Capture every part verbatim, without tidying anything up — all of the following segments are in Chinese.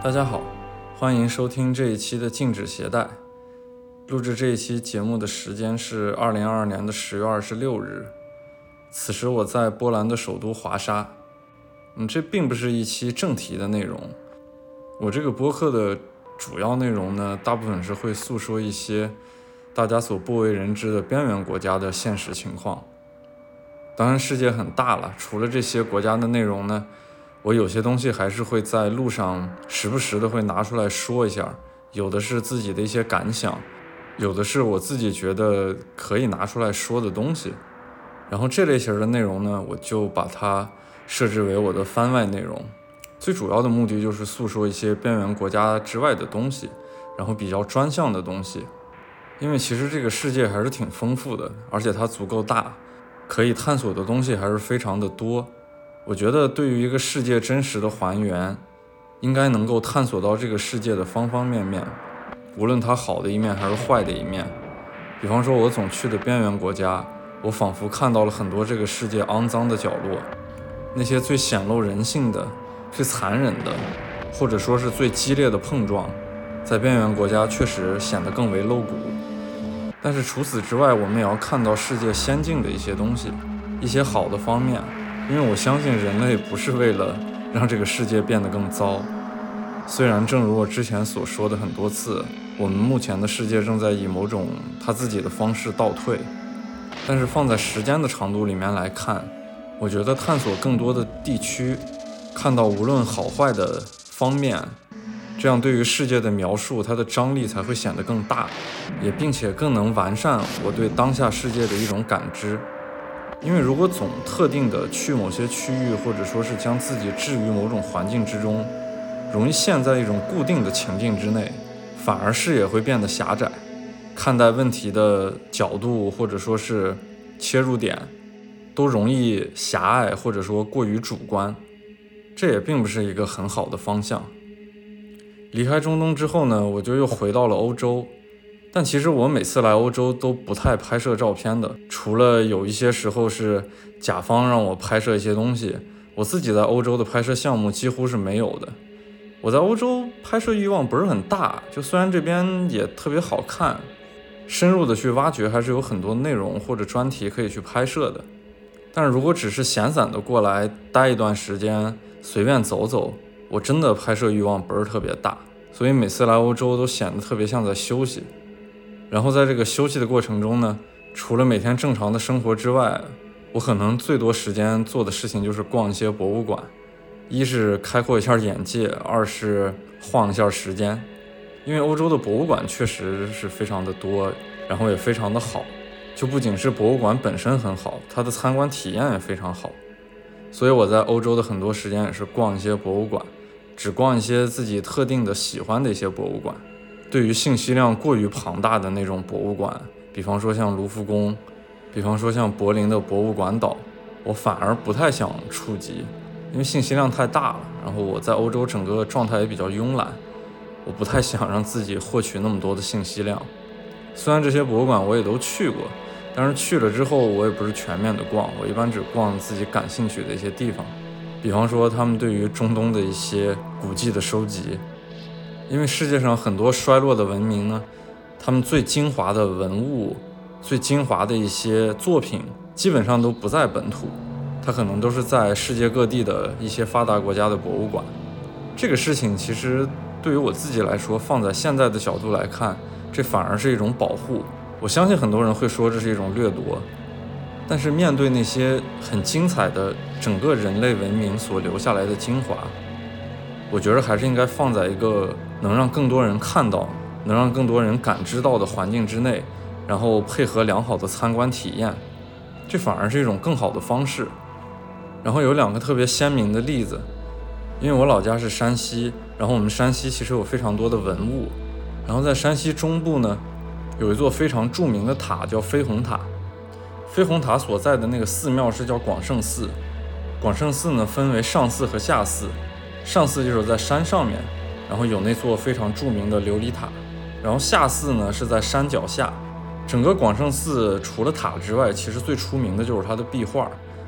大家好，欢迎收听这一期的禁止携带。录制这一期节目的时间是二零二二年的十月二十六日，此时我在波兰的首都华沙。嗯，这并不是一期正题的内容。我这个播客的主要内容呢，大部分是会诉说一些大家所不为人知的边缘国家的现实情况。当然世界很大了，除了这些国家的内容呢，我有些东西还是会在路上时不时的会拿出来说一下，有的是自己的一些感想，有的是我自己觉得可以拿出来说的东西。然后这类型的内容呢，我就把它设置为我的番外内容。最主要的目的就是诉说一些边缘国家之外的东西，然后比较专项的东西。因为其实这个世界还是挺丰富的，而且它足够大，可以探索的东西还是非常的多。我觉得对于一个世界真实的还原，应该能够探索到这个世界的方方面面，无论它好的一面还是坏的一面。比方说我总去的边缘国家，我仿佛看到了很多这个世界肮脏的角落，那些最显露人性的、最残忍的，或者说是最激烈的碰撞，在边缘国家确实显得更为露骨。但是除此之外，我们也要看到世界先进的一些东西，一些好的方面。因为我相信人类不是为了让这个世界变得更糟，虽然正如我之前所说的很多次，我们目前的世界正在以某种它自己的方式倒退，但是放在时间的长度里面来看，我觉得探索更多的地区，看到无论好坏的方面，这样对于世界的描述，它的张力才会显得更大，也并且更能完善我对当下世界的一种感知。因为如果总特定的去某些区域，或者说是将自己置于某种环境之中，容易陷在一种固定的情境之内，反而视野会变得狭窄，看待问题的角度或者说是切入点都容易狭隘，或者说过于主观，这也并不是一个很好的方向。离开中东之后呢，我就又回到了欧洲。但其实我每次来欧洲都不太拍摄照片的，除了有一些时候是甲方让我拍摄一些东西，我自己在欧洲的拍摄项目几乎是没有的。我在欧洲拍摄欲望不是很大，就虽然这边也特别好看，深入的去挖掘还是有很多内容或者专题可以去拍摄的。但是如果只是闲散的过来待一段时间，随便走走，我真的拍摄欲望不是特别大，所以每次来欧洲都显得特别像在休息。然后在这个休息的过程中呢，除了每天正常的生活之外，我可能最多时间做的事情就是逛一些博物馆，一是开阔一下眼界，二是晃一下时间。因为欧洲的博物馆确实是非常的多，然后也非常的好，就不仅是博物馆本身很好，它的参观体验也非常好。所以我在欧洲的很多时间也是逛一些博物馆，只逛一些自己特定的喜欢的一些博物馆。对于信息量过于庞大的那种博物馆，比方说像卢浮宫，比方说像柏林的博物馆岛，我反而不太想触及，因为信息量太大了，然后我在欧洲整个状态也比较慵懒，我不太想让自己获取那么多的信息量。虽然这些博物馆我也都去过，但是去了之后我也不是全面的逛，我一般只逛自己感兴趣的一些地方，比方说他们对于中东的一些古迹的收集。因为世界上很多衰落的文明呢，他们最精华的文物，最精华的一些作品基本上都不在本土，它可能都是在世界各地的一些发达国家的博物馆。这个事情其实对于我自己来说，放在现在的角度来看，这反而是一种保护。我相信很多人会说这是一种掠夺，但是面对那些很精彩的整个人类文明所留下来的精华，我觉得还是应该放在一个能让更多人看到，能让更多人感知到的环境之内，然后配合良好的参观体验，这反而是一种更好的方式。然后有两个特别鲜明的例子，因为我老家是山西，然后我们山西其实有非常多的文物，然后在山西中部呢，有一座非常著名的塔叫飞虹塔。飞虹塔所在的那个寺庙是叫广胜寺，广胜寺呢分为上寺和下寺，上寺就是在山上面，然后有那座非常著名的琉璃塔，然后下寺呢是在山脚下。整个广胜寺除了塔之外，其实最出名的就是它的壁画，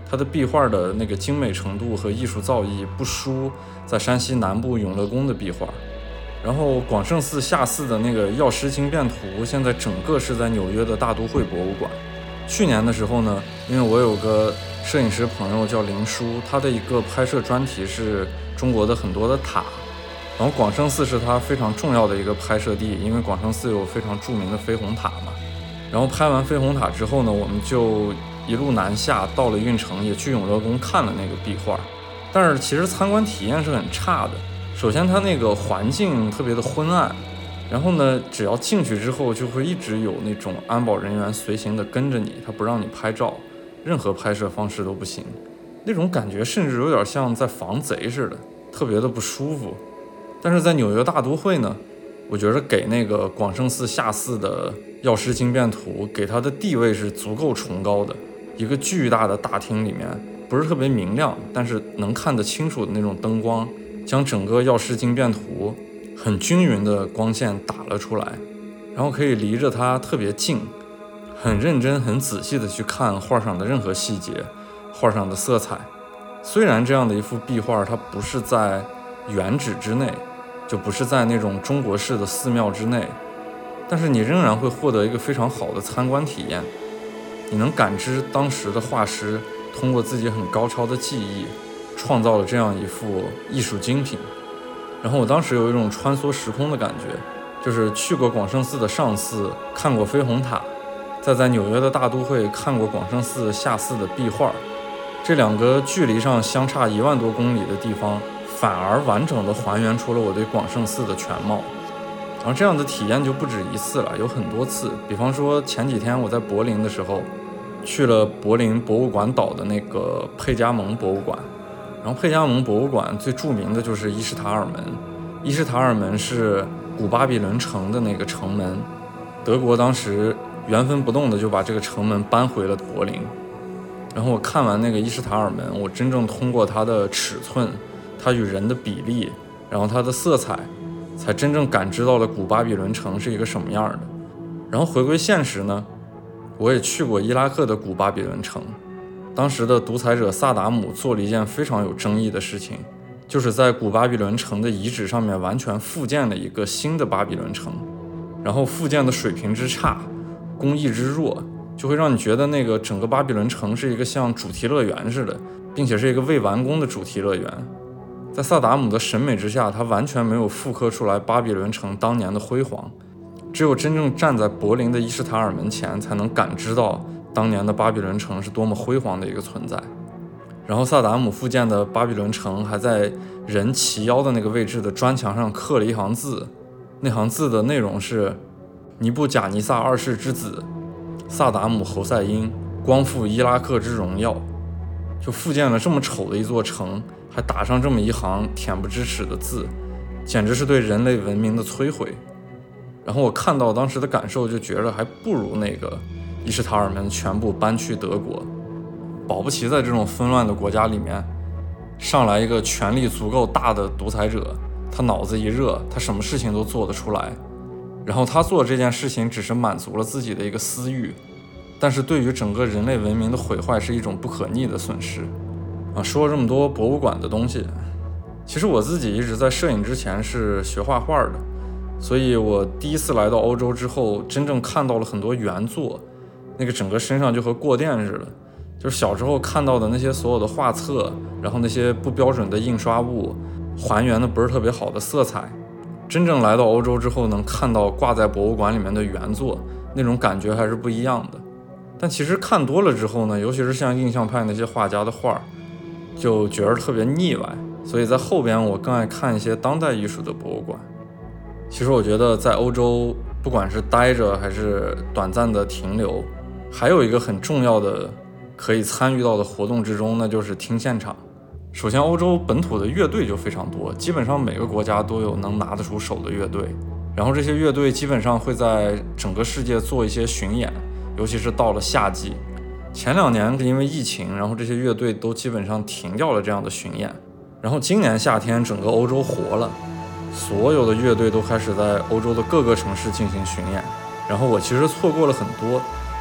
它的壁画的那个精美程度和艺术造诣不输在山西南部永乐宫的壁画。然后广胜寺下寺的那个药师经变图，现在整个是在纽约的大都会博物馆。去年的时候呢，因为我有个摄影师朋友叫林叔，他的一个拍摄专题是中国的很多的塔，然后广胜寺是他非常重要的一个拍摄地，因为广胜寺有非常著名的飞虹塔嘛。然后拍完飞虹塔之后呢，我们就一路南下到了运城，也去永乐宫看了那个壁画。但是其实参观体验是很差的。首先它那个环境特别的昏暗，然后呢只要进去之后就会一直有那种安保人员随行的跟着你，他不让你拍照，任何拍摄方式都不行，那种感觉甚至有点像在防贼似的，特别的不舒服。但是在纽约大都会呢，我觉得给那个广胜寺下寺的药师经变图给它的地位是足够崇高的。一个巨大的大厅里面，不是特别明亮，但是能看得清楚的那种灯光，将整个药师经变图很均匀的光线打了出来，然后可以离着它特别近，很认真很仔细的去看画上的任何细节，画上的色彩。虽然这样的一幅壁画它不是在原址之内，就不是在那种中国式的寺庙之内，但是你仍然会获得一个非常好的参观体验。你能感知当时的画师通过自己很高超的技艺创造了这样一幅艺术精品。然后我当时有一种穿梭时空的感觉，就是去过广胜寺的上寺，看过飞虹塔，再在纽约的大都会看过广胜寺下寺的壁画，这两个距离上相差一万多公里的地方，反而完整的还原出了我对广胜寺的全貌。然后这样的体验就不止一次了，有很多次。比方说前几天我在柏林的时候，去了柏林博物馆岛的那个佩加蒙博物馆。然后佩加蒙博物馆最著名的就是伊什塔尔门，伊什塔尔门是古巴比伦城的那个城门，德国当时原封不动的就把这个城门搬回了柏林。然后我看完那个伊什塔尔门，我真正通过它的尺寸，它与人的比例，然后它的色彩，才真正感知到了古巴比伦城是一个什么样的。然后回归现实呢，我也去过伊拉克的古巴比伦城。当时的独裁者萨达姆做了一件非常有争议的事情，就是在古巴比伦城的遗址上面完全复建了一个新的巴比伦城，然后复建的水平之差，工艺之弱，就会让你觉得那个整个巴比伦城是一个像主题乐园似的，并且是一个未完工的主题乐园。在萨达姆的审美之下，他完全没有复刻出来巴比伦城当年的辉煌，只有真正站在柏林的伊什塔尔门前，才能感知到当年的巴比伦城是多么辉煌的一个存在。然后萨达姆复建的巴比伦城还在人齐腰的那个位置的砖墙上刻了一行字，那行字的内容是尼布贾尼撒二世之子萨达姆侯赛因光复伊拉克之荣耀。就复建了这么丑的一座城，还打上这么一行恬不知耻的字，简直是对人类文明的摧毁。然后我看到当时的感受，就觉得还不如那个伊什塔尔门全部搬去德国。保不齐在这种纷乱的国家里面，上来一个权力足够大的独裁者，他脑子一热，他什么事情都做得出来。然后他做这件事情只是满足了自己的一个私欲，但是对于整个人类文明的毁坏是一种不可逆的损失。啊，说了这么多博物馆的东西，其实我自己一直在摄影之前是学画画的，所以我第一次来到欧洲之后，真正看到了很多原作，那个整个身上就和过电似的，就是小时候看到的那些所有的画册，然后那些不标准的印刷物，还原的不是特别好的色彩，真正来到欧洲之后能看到挂在博物馆里面的原作，那种感觉还是不一样的。但其实看多了之后呢，尤其是像印象派那些画家的画，就觉得特别腻歪，所以在后边我更爱看一些当代艺术的博物馆。其实我觉得在欧洲，不管是待着还是短暂的停留，还有一个很重要的可以参与到的活动之中，那就是听现场。首先欧洲本土的乐队就非常多，基本上每个国家都有能拿得出手的乐队，然后这些乐队基本上会在整个世界做一些巡演，尤其是到了夏季。前两年是因为疫情，然后这些乐队都基本上停掉了这样的巡演，然后今年夏天整个欧洲活了，所有的乐队都开始在欧洲的各个城市进行巡演，然后我其实错过了很多，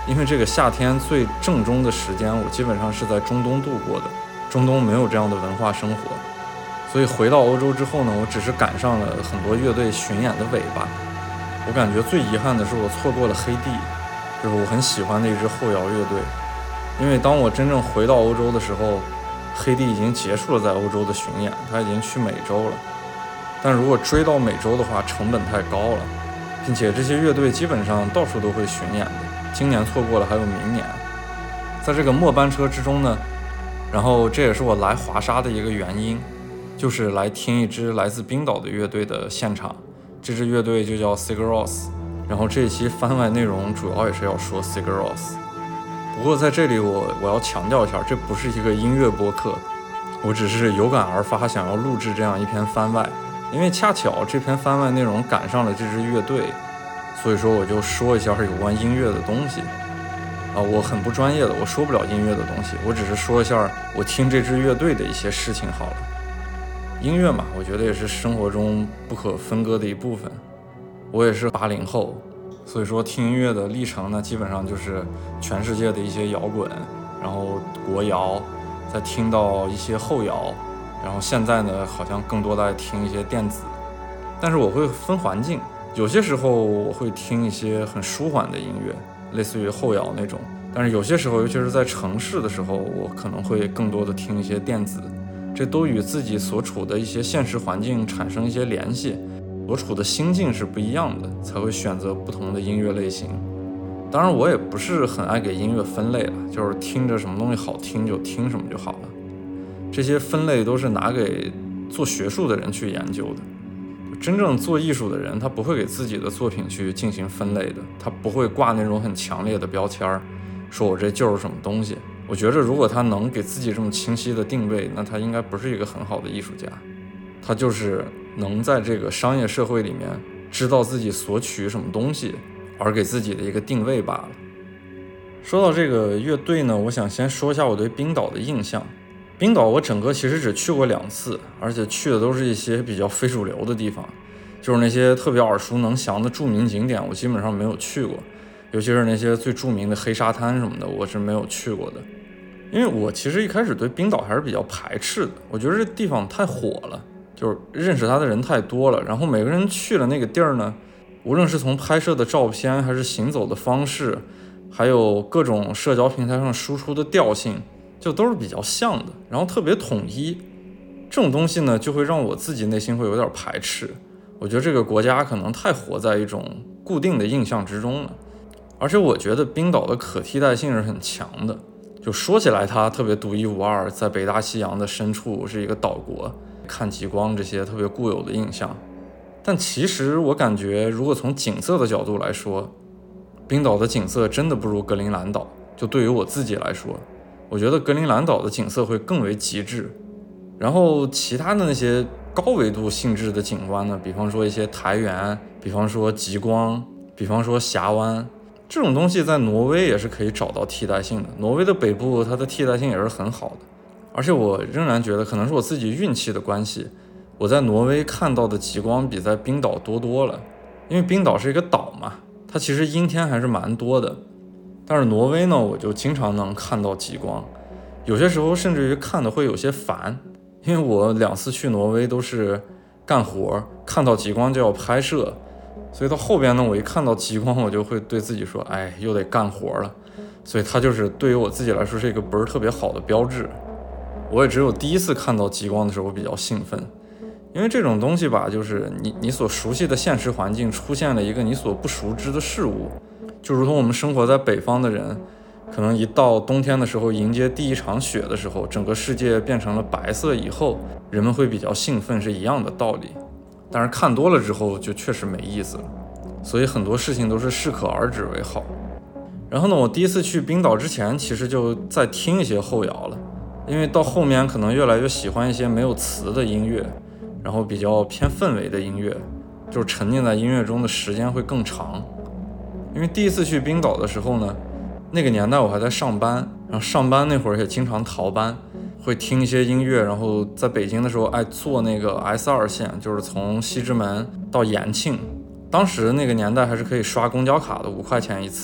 因为这个夏天最正宗的时间，我基本上是在中东度过的，中东没有这样的文化生活，所以回到欧洲之后呢，我只是赶上了很多乐队巡演的尾巴。我感觉最遗憾的是我错过了黑帝，就是我很喜欢的一支后摇乐队。因为当我真正回到欧洲的时候，黑帝已经结束了在欧洲的巡演，他已经去美洲了。但如果追到美洲的话，成本太高了，并且这些乐队基本上到处都会巡演的，今年错过了还有明年。在这个末班车之中呢，然后这也是我来华沙的一个原因，就是来听一支来自冰岛的乐队的现场。这支乐队就叫 Sigur Rós， 然后这一期番外内容主要也是要说 Sigur Rós。 不过在这里我我要强调一下，这不是一个音乐播客，我只是有感而发，想要录制这样一篇番外，因为恰巧这篇番外内容赶上了这支乐队，所以说我就说一下有关音乐的东西啊，我很不专业的，我说不了音乐的东西，我只是说一下我听这支乐队的一些事情好了。音乐嘛，我觉得也是生活中不可分割的一部分。我也是八零后，所以说听音乐的历程呢，基本上就是全世界的一些摇滚，然后国摇，再听到一些后摇，然后现在呢，好像更多在听一些电子。但是我会分环境，有些时候我会听一些很舒缓的音乐，类似于后摇那种。但是有些时候，尤其是在城市的时候，我可能会更多的听一些电子。这都与自己所处的一些现实环境产生一些联系，所处的心境是不一样的，才会选择不同的音乐类型。当然我也不是很爱给音乐分类了，就是听着什么东西好听就听什么就好了。这些分类都是拿给做学术的人去研究的，真正做艺术的人他不会给自己的作品去进行分类的，他不会挂那种很强烈的标签，说我这就是什么东西。我觉得如果他能给自己这么清晰的定位，那他应该不是一个很好的艺术家，他就是能在这个商业社会里面知道自己索取什么东西，而给自己的一个定位罢了。说到这个乐队呢，我想先说一下我对冰岛的印象。冰岛我整个其实只去过两次，而且去的都是一些比较非主流的地方，就是那些特别耳熟能详的著名景点我基本上没有去过，尤其是那些最著名的黑沙滩什么的我是没有去过的。因为我其实一开始对冰岛还是比较排斥的，我觉得这地方太火了，就是认识他的人太多了，然后每个人去了那个地儿呢，无论是从拍摄的照片还是行走的方式，还有各种社交平台上输出的调性，就都是比较像的，然后特别统一。这种东西呢，就会让我自己内心会有点排斥。我觉得这个国家可能太活在一种固定的印象之中了，而且我觉得冰岛的可替代性是很强的。就说起来它特别独一无二，在北大西洋的深处是一个岛国，看极光这些特别固有的印象。但其实我感觉如果从景色的角度来说，冰岛的景色真的不如格陵兰岛。就对于我自己来说，我觉得格陵兰岛的景色会更为极致。然后其他的那些高维度性质的景观呢，比方说一些苔原，比方说极光，比方说峡湾，这种东西在挪威也是可以找到替代性的。挪威的北部它的替代性也是很好的，而且我仍然觉得可能是我自己运气的关系，我在挪威看到的极光比在冰岛多多了。因为冰岛是一个岛嘛，它其实阴天还是蛮多的，但是挪威呢，我就经常能看到极光，有些时候甚至于看的会有些烦。因为我两次去挪威都是干活，看到极光就要拍摄，所以到后边呢，我一看到极光我就会对自己说，哎，又得干活了。所以它就是对于我自己来说是一个不是特别好的标志。我也只有第一次看到极光的时候我比较兴奋，因为这种东西吧，就是你你所熟悉的现实环境出现了一个你所不熟知的事物，就如同我们生活在北方的人，可能一到冬天的时候，迎接第一场雪的时候，整个世界变成了白色以后，人们会比较兴奋，是一样的道理。但是看多了之后就确实没意思了，所以很多事情都是适可而止为好。然后呢，我第一次去冰岛之前其实就在听一些后摇了，因为到后面可能越来越喜欢一些没有词的音乐，然后比较偏氛围的音乐，就是沉浸在音乐中的时间会更长。因为第一次去冰岛的时候呢，那个年代我还在上班，然后上班那会儿也经常逃班，会听一些音乐，然后在北京的时候爱坐那个 S 二 线，就是从西直门到延庆，当时那个年代还是可以刷公交卡的，五块钱一次，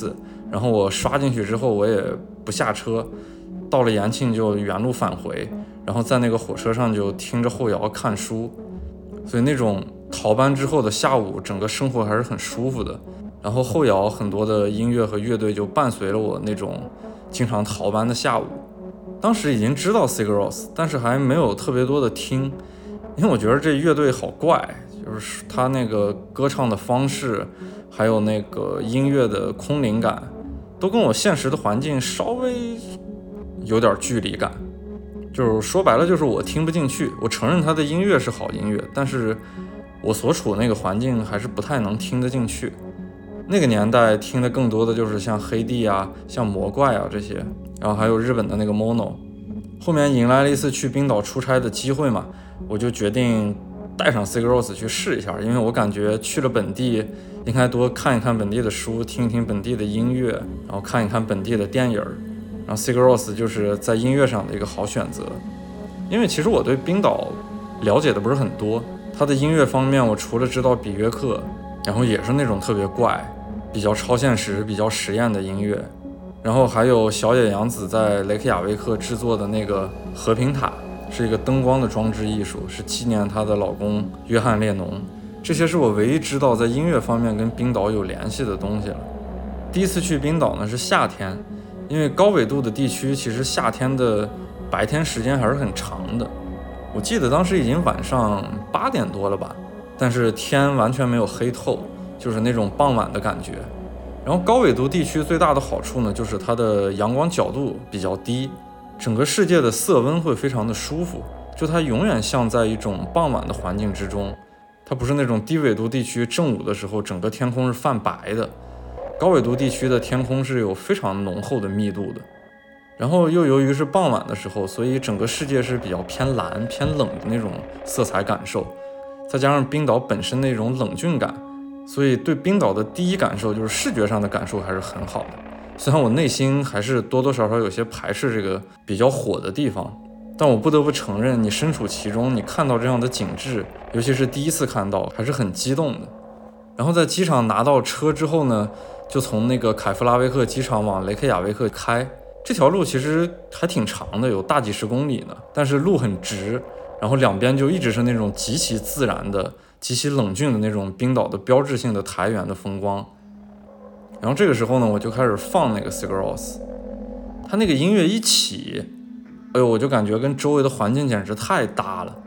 然后我刷进去之后我也不下车，到了延庆就原路返回，然后在那个火车上就听着后摇看书，所以那种逃班之后的下午整个生活还是很舒服的。然后后摇很多的音乐和乐队就伴随了我那种经常逃班的下午。当时已经知道 Sigur Rós， 但是还没有特别多的听，因为我觉得这乐队好怪，就是他那个歌唱的方式还有那个音乐的空灵感都跟我现实的环境稍微有点距离感，就是说白了就是我听不进去。我承认他的音乐是好音乐，但是我所处的那个环境还是不太能听得进去。那个年代听的更多的就是像黑帝啊，像魔怪啊这些，然后还有日本的那个 Mono。 后面迎来了一次去冰岛出差的机会嘛，我就决定带上 Sigur Rós 去试一下，因为我感觉去了本地应该多看一看本地的书，听一听本地的音乐，然后看一看本地的电影，然后 Sigur Rós 就是在音乐上的一个好选择。因为其实我对冰岛了解的不是很多，它的音乐方面我除了知道比约克，然后也是那种特别怪比较超现实比较实验的音乐，然后还有小野洋子在雷克雅未克制作的那个和平塔，是一个灯光的装置艺术，是纪念她的老公约翰列侬。这些是我唯一知道在音乐方面跟冰岛有联系的东西了。第一次去冰岛呢是夏天，因为高纬度的地区其实夏天的白天时间还是很长的，我记得当时已经晚上八点多了吧，但是天完全没有黑透，就是那种傍晚的感觉。然后高纬度地区最大的好处呢，就是它的阳光角度比较低，整个世界的色温会非常的舒服，就它永远像在一种傍晚的环境之中。它不是那种低纬度地区正午的时候整个天空是泛白的，高纬度地区的天空是有非常浓厚的密度的。然后又由于是傍晚的时候，所以整个世界是比较偏蓝偏冷的那种色彩感受，再加上冰岛本身那种冷峻感，所以对冰岛的第一感受就是视觉上的感受还是很好的。虽然我内心还是多多少少有些排斥这个比较火的地方，但我不得不承认，你身处其中，你看到这样的景致，尤其是第一次看到，还是很激动的。然后在机场拿到车之后呢，就从那个凯夫拉维克机场往雷克雅未克开。这条路其实还挺长的，有大几十公里呢，但是路很直，然后两边就一直是那种极其自然的极其冷峻的那种冰岛的标志性的苔原的风光。然后这个时候呢，我就开始放那个 Sigur Rós， 它那个音乐一起，哎呦，我就感觉跟周围的环境简直太搭了。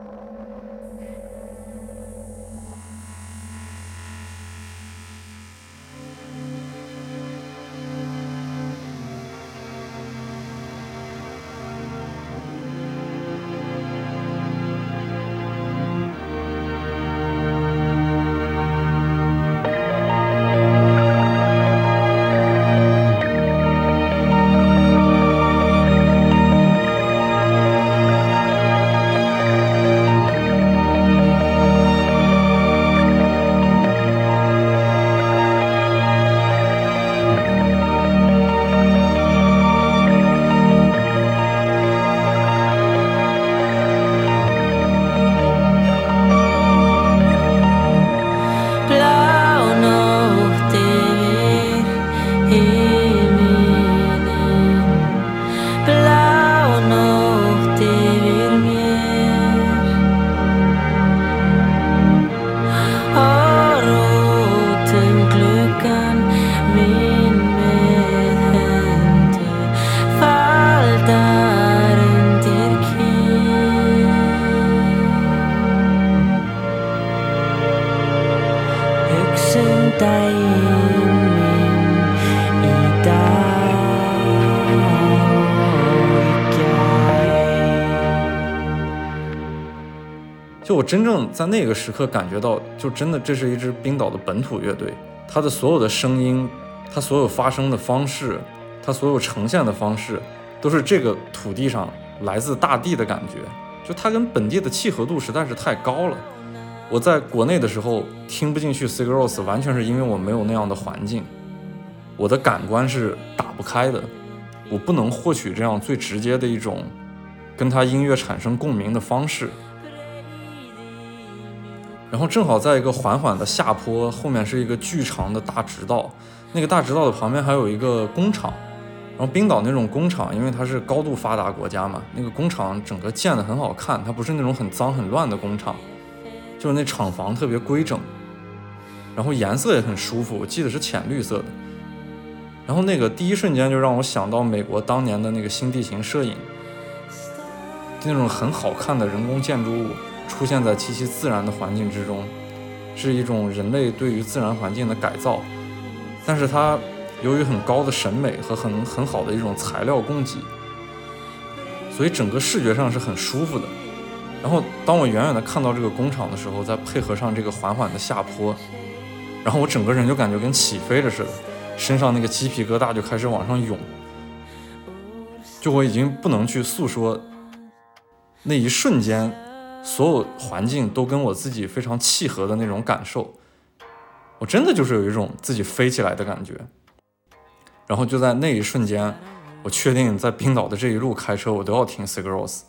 就我真正在那个时刻感觉到，就真的这是一支冰岛的本土乐队，它的所有的声音，它所有发声的方式，它所有呈现的方式，都是这个土地上来自大地的感觉。就它跟本地的契合度实在是太高了。我在国内的时候听不进去 Sigur Rós， 完全是因为我没有那样的环境，我的感官是打不开的，我不能获取这样最直接的一种跟它音乐产生共鸣的方式。然后正好在一个缓缓的下坡，后面是一个巨长的大直道， 那个大直道的旁边还有一个工厂，然后冰岛那种工厂，因为它是高度发达国家嘛，那个工厂整个建得很好看，它不是那种很脏很乱的工厂，就是那厂房特别规整，然后颜色也很舒服，我记得是浅绿色的。然后那个第一瞬间就让我想到美国当年的那个新地形摄影，那种很好看的人工建筑物出现在极其自然的环境之中，是一种人类对于自然环境的改造，但是它由于很高的审美和很很好的一种材料供给，所以整个视觉上是很舒服的。然后当我远远的看到这个工厂的时候，再配合上这个缓缓的下坡，然后我整个人就感觉跟起飞了似的，身上那个鸡皮疙瘩就开始往上涌，就我已经不能去诉说那一瞬间所有环境都跟我自己非常契合的那种感受，我真的就是有一种自己飞起来的感觉。然后就在那一瞬间，我确定在冰岛的这一路开车我都要听 Sigur Rós。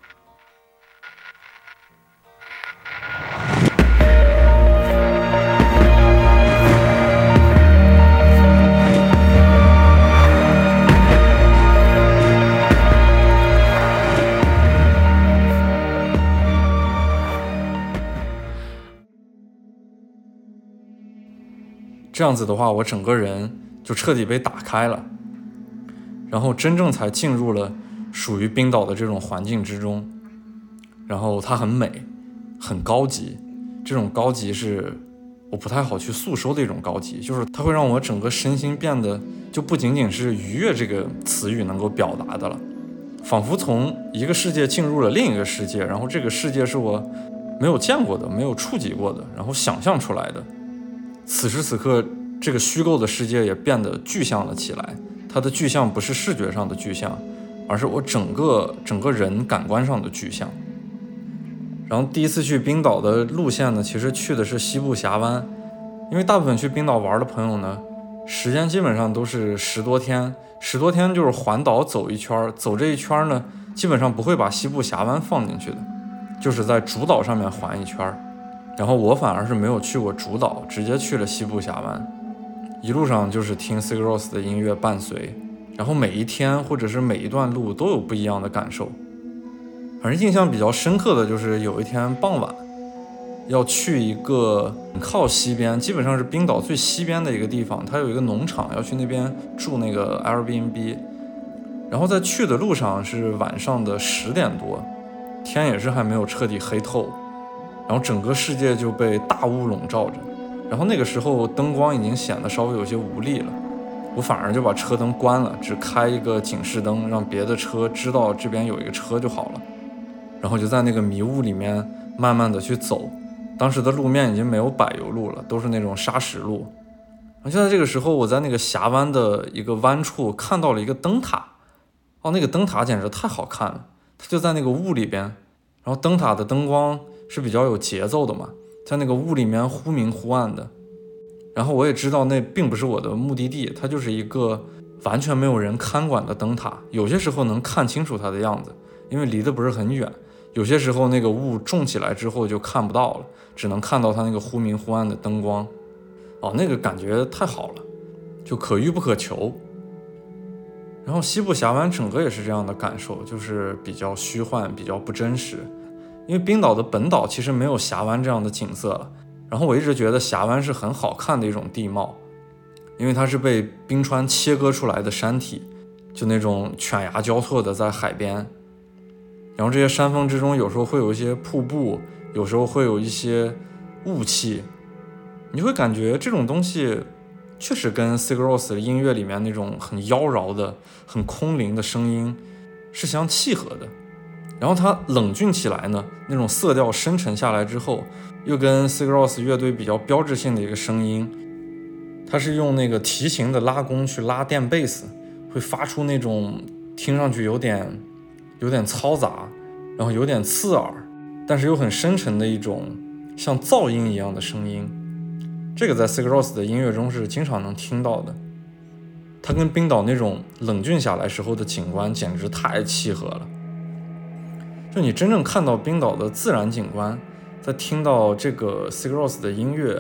这样子的话，我整个人就彻底被打开了，然后真正才进入了属于冰岛的这种环境之中。然后它很美，很高级，这种高级是我不太好去诉说的一种高级，就是它会让我整个身心变得就不仅仅是愉悦这个词语能够表达的了，仿佛从一个世界进入了另一个世界，然后这个世界是我没有见过的，没有触及过的，然后想象出来的。此时此刻，这个虚构的世界也变得具象了起来。它的具象不是视觉上的具象，而是我整个整个人感官上的具象。然后第一次去冰岛的路线呢，其实去的是西部峡湾，因为大部分去冰岛玩的朋友呢，时间基本上都是十多天，十多天就是环岛走一圈，走这一圈呢，基本上不会把西部峡湾放进去的，就是在主岛上面环一圈。然后我反而是没有去过主岛，直接去了西部峡湾，一路上就是听 Sigur Rós 的音乐伴随，然后每一天或者是每一段路都有不一样的感受。反正印象比较深刻的就是有一天傍晚要去一个靠西边，基本上是冰岛最西边的一个地方，它有一个农场，要去那边住那个 Airbnb。 然后在去的路上是晚上的十点多，天也是还没有彻底黑透，然后整个世界就被大雾笼罩着，然后那个时候灯光已经显得稍微有些无力了，我反而就把车灯关了，只开一个警示灯，让别的车知道这边有一个车就好了。然后就在那个迷雾里面慢慢的去走，当时的路面已经没有柏油路了，都是那种砂石路。然后就在这个时候，我在那个峡湾的一个弯处看到了一个灯塔，哦，那个灯塔简直太好看了，它就在那个雾里边，然后灯塔的灯光是比较有节奏的嘛，在那个雾里面忽明忽暗的。然后我也知道那并不是我的目的地，它就是一个完全没有人看管的灯塔，有些时候能看清楚它的样子，因为离得不是很远，有些时候那个雾重起来之后就看不到了，只能看到它那个忽明忽暗的灯光。哦，那个感觉太好了，就可遇不可求。然后西部峡湾整个也是这样的感受，就是比较虚幻，比较不真实。因为冰岛的本岛其实没有峡湾这样的景色了，然后我一直觉得峡湾是很好看的一种地貌，因为它是被冰川切割出来的山体，就那种犬牙交错的在海边，然后这些山峰之中有时候会有一些瀑布，有时候会有一些雾气，你会感觉这种东西确实跟 Sigur Rós 的音乐里面那种很妖娆的很空灵的声音是相契合的。然后它冷峻起来呢，那种色调深沉下来之后，又跟 Sigur Rós 乐队比较标志性的一个声音，它是用那个提琴的拉弓去拉电贝斯，会发出那种听上去有点有点嘈杂，然后有点刺耳，但是又很深沉的一种像噪音一样的声音。这个在 Sigur Rós 的音乐中是经常能听到的，它跟冰岛那种冷峻下来时候的景观简直太契合了。就你真正看到冰岛的自然景观，再听到这个 Sigur Rós 的音乐，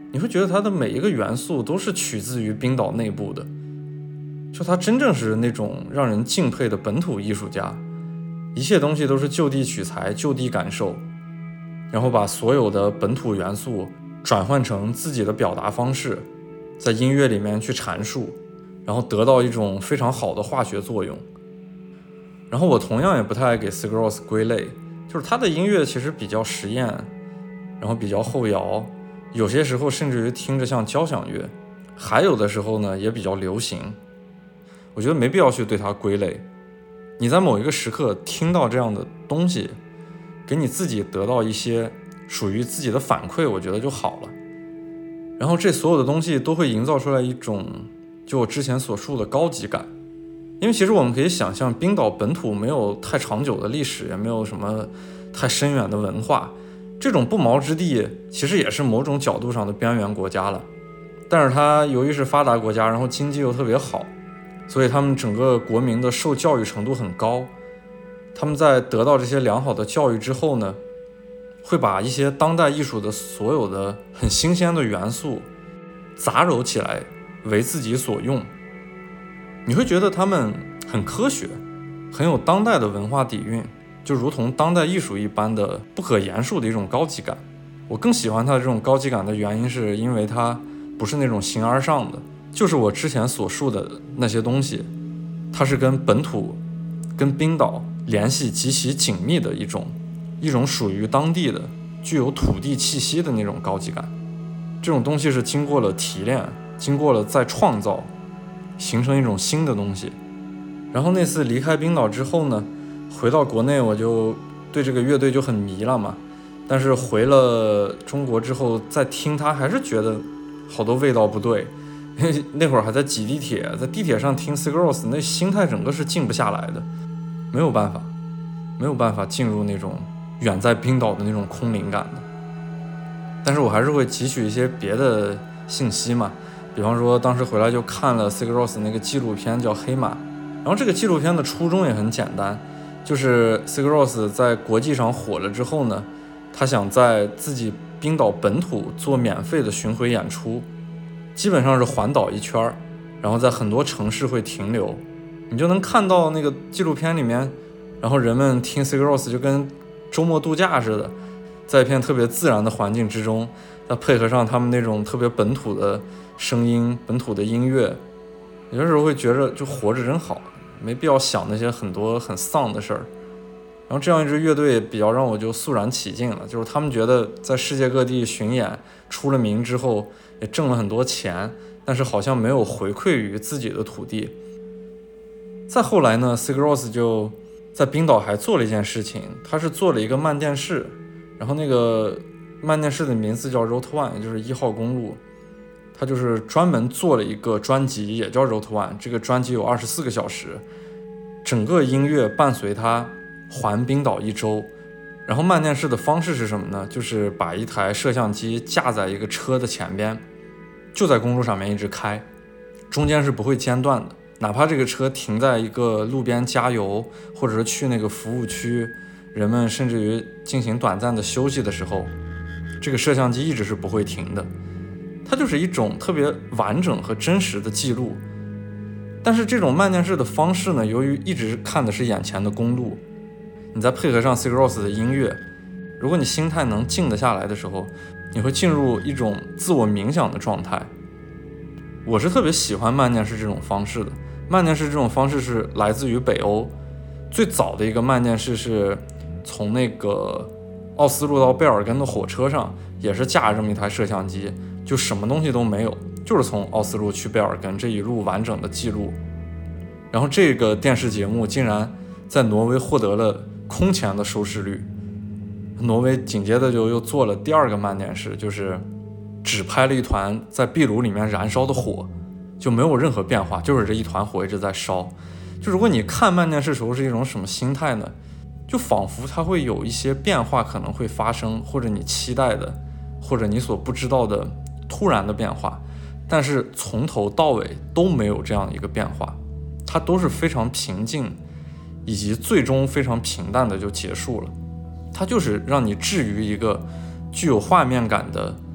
你会觉得它的每一个元素都是取自于冰岛内部的，就它真正是那种让人敬佩的本土艺术家，一切东西都是就地取材，就地感受，然后把所有的本土元素转换成自己的表达方式，在音乐里面去阐述，然后得到一种非常好的化学作用。然后我同样也不太爱给 Sigur Rós 归类，就是他的音乐其实比较实验，然后比较后摇，有些时候甚至于听着像交响乐，还有的时候呢也比较流行。我觉得没必要去对它归类，你在某一个时刻听到这样的东西，给你自己得到一些属于自己的反馈，我觉得就好了。然后这所有的东西都会营造出来一种就我之前所述的高级感。因为其实我们可以想象，冰岛本土没有太长久的历史，也没有什么太深远的文化，这种不毛之地其实也是某种角度上的边缘国家了。但是它由于是发达国家，然后经济又特别好，所以他们整个国民的受教育程度很高。他们在得到这些良好的教育之后呢，会把一些当代艺术的所有的很新鲜的元素杂糅起来，为自己所用。你会觉得他们很科学，很有当代的文化底蕴，就如同当代艺术一般的不可言述的一种高级感。我更喜欢它的这种高级感的原因，是因为它不是那种形而上的，就是我之前所述的那些东西，它是跟本土、跟冰岛联系极其紧密的一种一种属于当地的、具有土地气息的那种高级感。这种东西是经过了提炼，经过了再创造，形成一种新的东西。然后那次离开冰岛之后呢，回到国内我就对这个乐队就很迷了嘛。但是回了中国之后再听它，还是觉得好多味道不对。那会儿还在挤地铁，在地铁上听 Sigur Rós， 那心态整个是静不下来的，没有办法没有办法进入那种远在冰岛的那种空灵感的。但是我还是会汲取一些别的信息嘛，比方说当时回来就看了 Sigur Rós 那个纪录片叫黑马。然后这个纪录片的初衷也很简单，就是 Sigur Rós 在国际上火了之后呢，他想在自己冰岛本土做免费的巡回演出，基本上是环岛一圈，然后在很多城市会停留。你就能看到那个纪录片里面，然后人们听 Sigur Rós 就跟周末度假似的，在一片特别自然的环境之中，再配合上他们那种特别本土的声音、本土的音乐，有的时候会觉着就活着真好，没必要想那些很多很丧的事儿。然后这样一支乐队比较让我就肃然起敬了，就是他们觉得在世界各地巡演出了名之后也挣了很多钱，但是好像没有回馈于自己的土地。再后来呢， Sigur Rós 就在冰岛还做了一件事情，他是做了一个慢电视，然后那个慢电视的名字叫 Route One， 也就是一号公路。他就是专门做了一个专辑，也叫 Route One， 这个专辑有二十四个小时，整个音乐伴随他环冰岛一周。然后慢电视的方式是什么呢？就是把一台摄像机架在一个车的前边，就在公路上面一直开，中间是不会间断的。哪怕这个车停在一个路边加油，或者是去那个服务区，人们甚至于进行短暂的休息的时候，这个摄像机一直是不会停的。它就是一种特别完整和真实的记录。但是这种慢电视的方式呢，由于一直看的是眼前的公路，你再配合上 Sigur Rós 的音乐，如果你心态能静得下来的时候，你会进入一种自我冥想的状态。我是特别喜欢慢电视这种方式的。慢电视这种方式是来自于北欧，最早的一个慢电视是从那个奥斯陆到贝尔根的火车上，也是架着这么一台摄像机，就什么东西都没有，就是从奥斯陆去贝尔根这一路完整的记录。然后这个电视节目竟然在挪威获得了空前的收视率。挪威紧接着就又做了第二个慢电视，就是只拍了一团在壁炉里面燃烧的火，就没有任何变化，就是这一团火一直在烧。就如果你看慢电视时候是一种什么心态呢？就仿佛它会有一些变化可能会发生，或者你期待的，或者你所不知道的突然的变化，但是从头到尾都没有这样一个变化，它都是非常平静，以及最终非常平淡的就结束了。它就是让你置于一个具有画面感的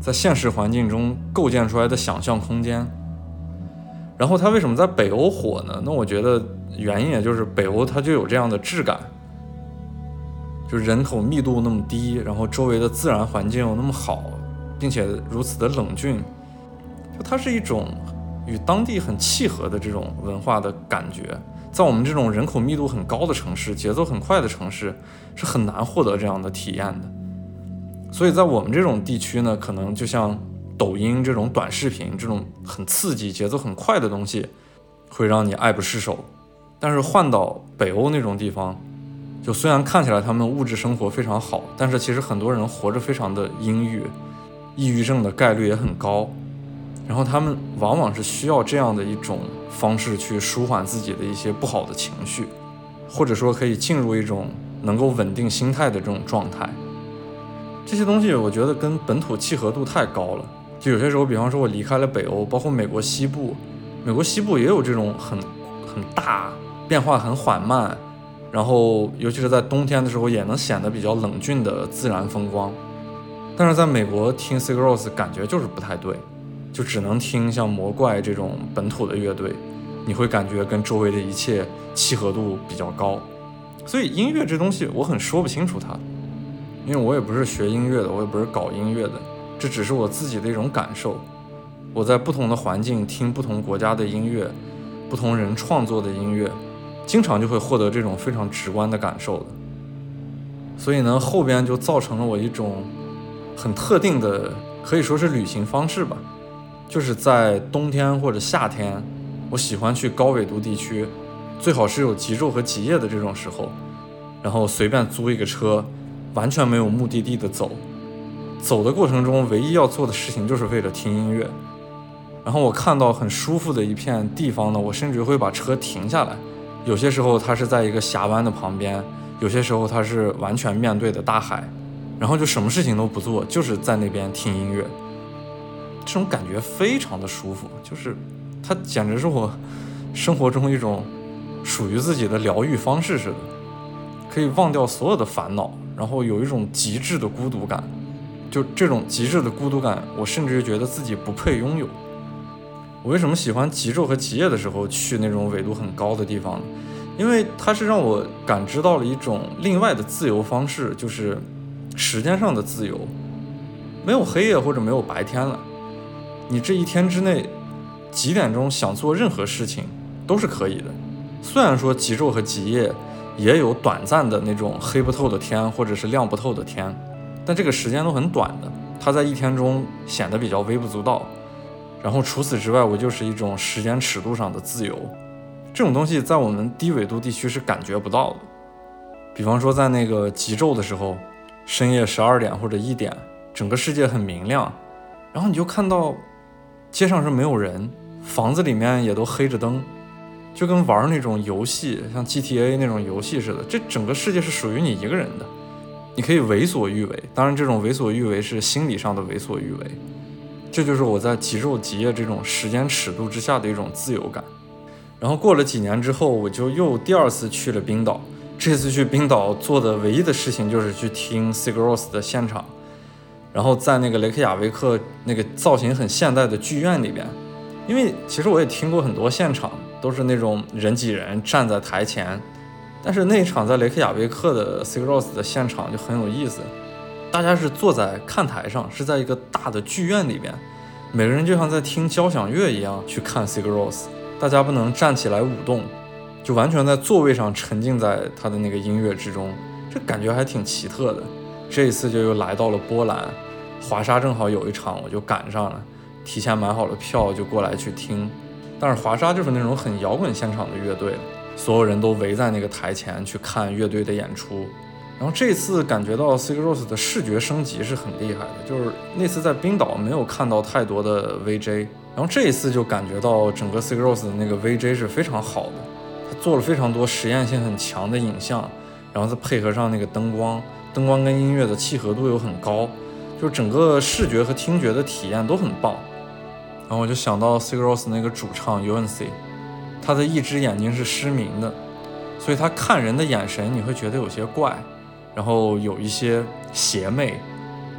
在现实环境中构建出来的想象空间。然后它为什么在北欧火呢？那我觉得原因也就是北欧它就有这样的质感，就人口密度那么低，然后周围的自然环境又那么好，并且如此的冷峻，就它是一种与当地很契合的这种文化的感觉。在我们这种人口密度很高的城市，节奏很快的城市，是很难获得这样的体验的。所以在我们这种地区呢，可能就像抖音这种短视频，这种很刺激、节奏很快的东西，会让你爱不释手。但是换到北欧那种地方，就虽然看起来他们物质生活非常好，但是其实很多人活着非常的阴郁，抑郁症的概率也很高。然后他们往往是需要这样的一种方式去舒缓自己的一些不好的情绪，或者说可以进入一种能够稳定心态的这种状态。这些东西我觉得跟本土契合度太高了。就有些时候，比方说我离开了北欧，包括美国西部，美国西部也有这种很很大、变化很缓慢，然后尤其是在冬天的时候也能显得比较冷峻的自然风光。但是在美国听 Sigur Rós 感觉就是不太对，就只能听像魔怪这种本土的乐队，你会感觉跟周围的一切契合度比较高。所以音乐这东西我很说不清楚它，因为我也不是学音乐的，我也不是搞音乐的，这只是我自己的一种感受。我在不同的环境听不同国家的音乐，不同人创作的音乐，经常就会获得这种非常直观的感受的。所以呢，后边就造成了我一种很特定的，可以说是旅行方式吧。就是在冬天或者夏天，我喜欢去高纬度地区，最好是有极昼和极夜的这种时候，然后随便租一个车，完全没有目的地的走。走的过程中唯一要做的事情就是为了听音乐。然后我看到很舒服的一片地方呢，我甚至会把车停下来。有些时候它是在一个峡湾的旁边，有些时候它是完全面对的大海，然后就什么事情都不做，就是在那边听音乐。这种感觉非常的舒服，就是它简直是我生活中一种属于自己的疗愈方式似的，可以忘掉所有的烦恼，然后有一种极致的孤独感。就这种极致的孤独感，我甚至觉得自己不配拥有。我为什么喜欢极昼和极夜的时候去那种纬度很高的地方呢？因为它是让我感知到了一种另外的自由方式，就是时间上的自由。没有黑夜或者没有白天了，你这一天之内几点钟想做任何事情都是可以的。虽然说极昼和极夜也有短暂的那种黑不透的天或者是亮不透的天，但这个时间都很短的，它在一天中显得比较微不足道。然后除此之外，我就是一种时间尺度上的自由，这种东西在我们低纬度地区是感觉不到的。比方说在那个极昼的时候，深夜十二点或者一点，整个世界很明亮，然后你就看到街上是没有人，房子里面也都黑着灯，就跟玩那种游戏，像 G T A 那种游戏似的，这整个世界是属于你一个人的，你可以为所欲为。当然这种为所欲为是心理上的为所欲为，这就是我在极昼极夜这种时间尺度之下的一种自由感。然后过了几年之后，我就又第二次去了冰岛。这次去冰岛做的唯一的事情就是去听 Sigur Rós 的现场，然后在那个雷克雅维克那个造型很现代的剧院里边。因为其实我也听过很多现场，都是那种人挤人站在台前，但是那一场在雷克雅维克的 Sigur Rós 的现场就很有意思，大家是坐在看台上，是在一个大的剧院里边，每个人就像在听交响乐一样去看 Sigur Rós， 大家不能站起来舞动，就完全在座位上沉浸在他的那个音乐之中，这感觉还挺奇特的。这一次就又来到了波兰，华沙正好有一场，我就赶上了，提前买好了票就过来去听。但是华沙就是那种很摇滚现场的乐队，所有人都围在那个台前去看乐队的演出。然后这次感觉到 Sigur Rós 的视觉升级是很厉害的，就是那次在冰岛没有看到太多的 V J， 然后这一次就感觉到整个 Sigur Rós 的那个 V J 是非常好的，他做了非常多实验性很强的影像，然后再配合上那个灯光，灯光跟音乐的契合度又很高，就是整个视觉和听觉的体验都很棒。然后我就想到 Sigur Rós 那个主唱 Jónsi， 他的一只眼睛是失明的，所以他看人的眼神你会觉得有些怪，然后有一些邪魅。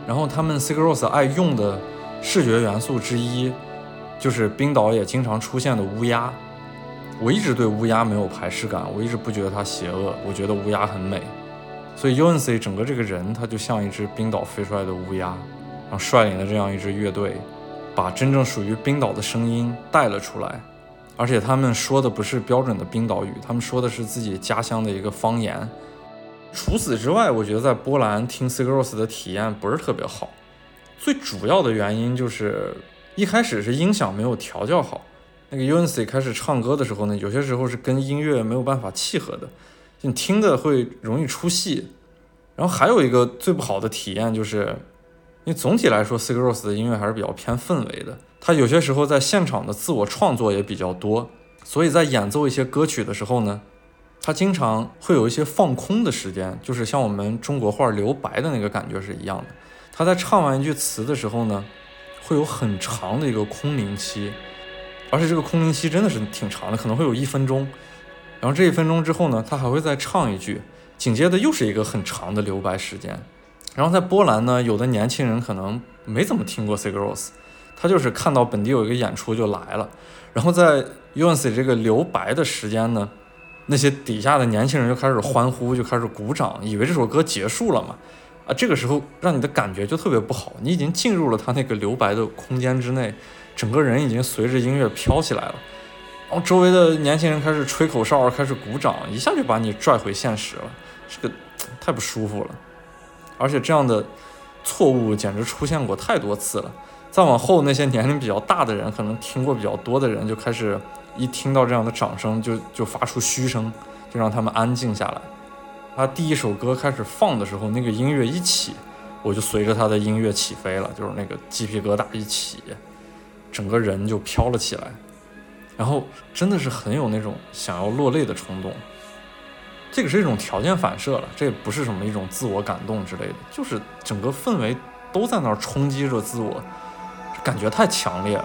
然后他们 Sigur Rós 爱用的视觉元素之一就是冰岛也经常出现的乌鸦。我一直对乌鸦没有排斥感，我一直不觉得它邪恶，我觉得乌鸦很美。所以 Jónsi 整个这个人他就像一只冰岛飞出来的乌鸦，然后率领了这样一支乐队，把真正属于冰岛的声音带了出来。而且他们说的不是标准的冰岛语，他们说的是自己家乡的一个方言。除此之外，我觉得在波兰听 Sigur Rós 的体验不是特别好。最主要的原因就是一开始是音响没有调教好，那个 Jónsi 开始唱歌的时候呢，有些时候是跟音乐没有办法契合的，你听的会容易出戏。然后还有一个最不好的体验就是，因为总体来说 Sigur Rós 的音乐还是比较偏氛围的，他有些时候在现场的自我创作也比较多，所以在演奏一些歌曲的时候呢，他经常会有一些放空的时间，就是像我们中国画留白的那个感觉是一样的。他在唱完一句词的时候呢，会有很长的一个空灵期，而且这个空灵期真的是挺长的，可能会有一分钟。然后这一分钟之后呢，他还会再唱一句，紧接着又是一个很长的留白时间。然后在波兰呢，有的年轻人可能没怎么听过 Sigur Rós， 他就是看到本地有一个演出就来了，然后在 Jónsi 这个留白的时间呢，那些底下的年轻人就开始欢呼，就开始鼓掌，以为这首歌结束了嘛。啊，这个时候让你的感觉就特别不好，你已经进入了他那个留白的空间之内，整个人已经随着音乐飘起来了。然后周围的年轻人开始吹口哨，开始鼓掌，一下就把你拽回现实了，这个太不舒服了。而且这样的错误简直出现过太多次了。再往后，那些年龄比较大的人，可能听过比较多的人，就开始一听到这样的掌声就就发出嘘声，就让他们安静下来。他第一首歌开始放的时候，那个音乐一起，我就随着他的音乐起飞了，就是那个鸡皮疙瘩一起，整个人就飘了起来，然后真的是很有那种想要落泪的冲动。这个是一种条件反射了，这也不是什么一种自我感动之类的，就是整个氛围都在那儿冲击着自我，感觉太强烈了。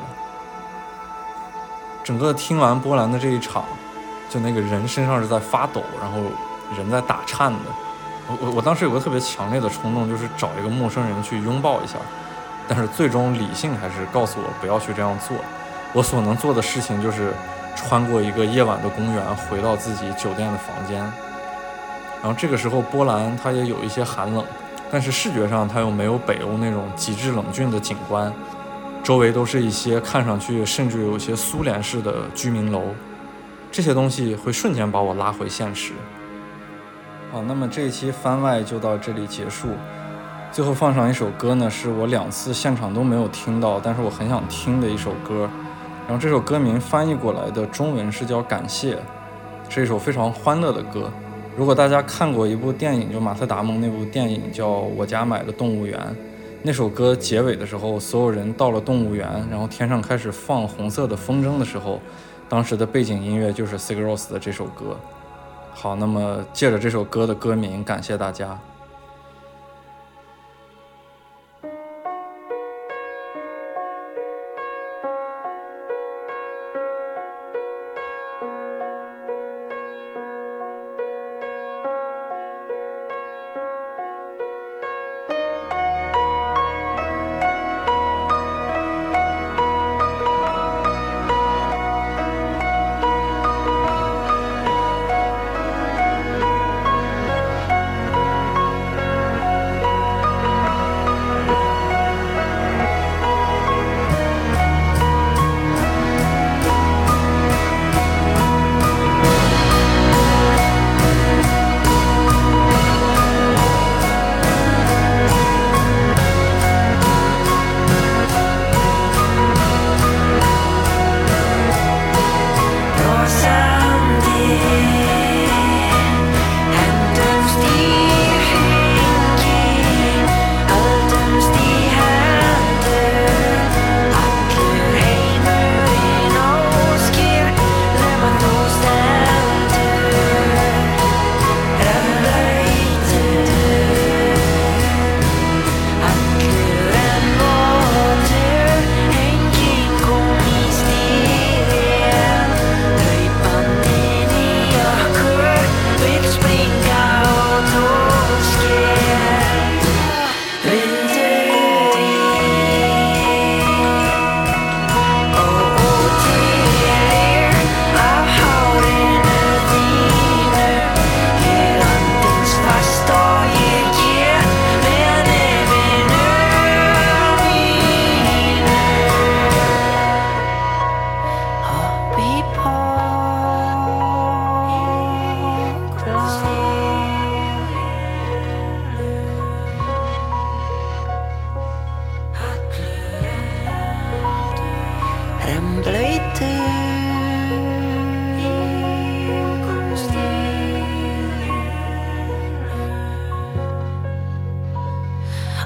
整个听完波兰的这一场，就那个人身上是在发抖，然后人在打颤的。我我我当时有个特别强烈的冲动，就是找一个陌生人去拥抱一下，但是最终理性还是告诉我不要去这样做。我所能做的事情就是穿过一个夜晚的公园，回到自己酒店的房间。然后这个时候波兰它也有一些寒冷，但是视觉上它又没有北欧那种极致冷峻的景观，周围都是一些看上去甚至有一些苏联式的居民楼，这些东西会瞬间把我拉回现实。好，那么这一期番外就到这里结束。最后放上一首歌呢，是我两次现场都没有听到，但是我很想听的一首歌。然后这首歌名翻译过来的中文是叫《感谢》，是一首非常欢乐的歌。如果大家看过一部电影，就马特·达蒙那部电影叫《我家买的动物园》，那首歌结尾的时候，所有人到了动物园，然后天上开始放红色的风筝的时候，当时的背景音乐就是 Sigur Rós 的这首歌。好，那么借着这首歌的歌名，感谢大家。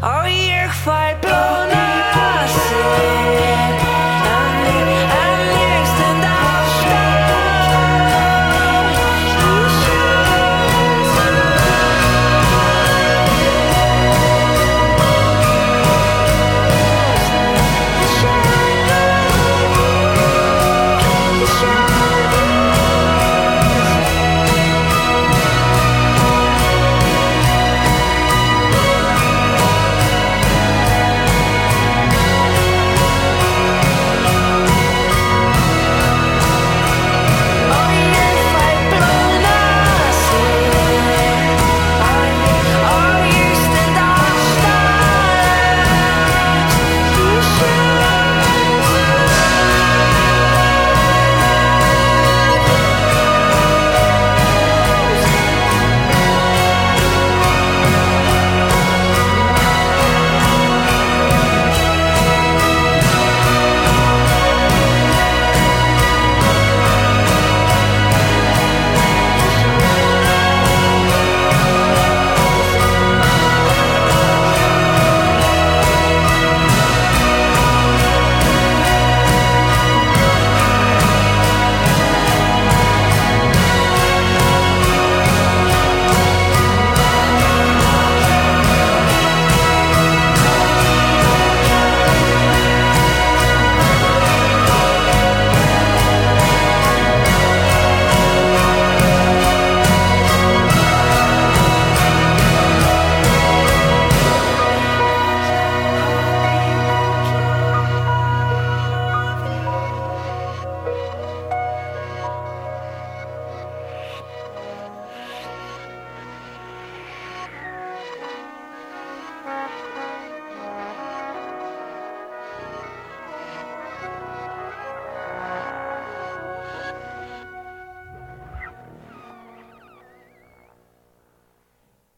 Our year fight blown up.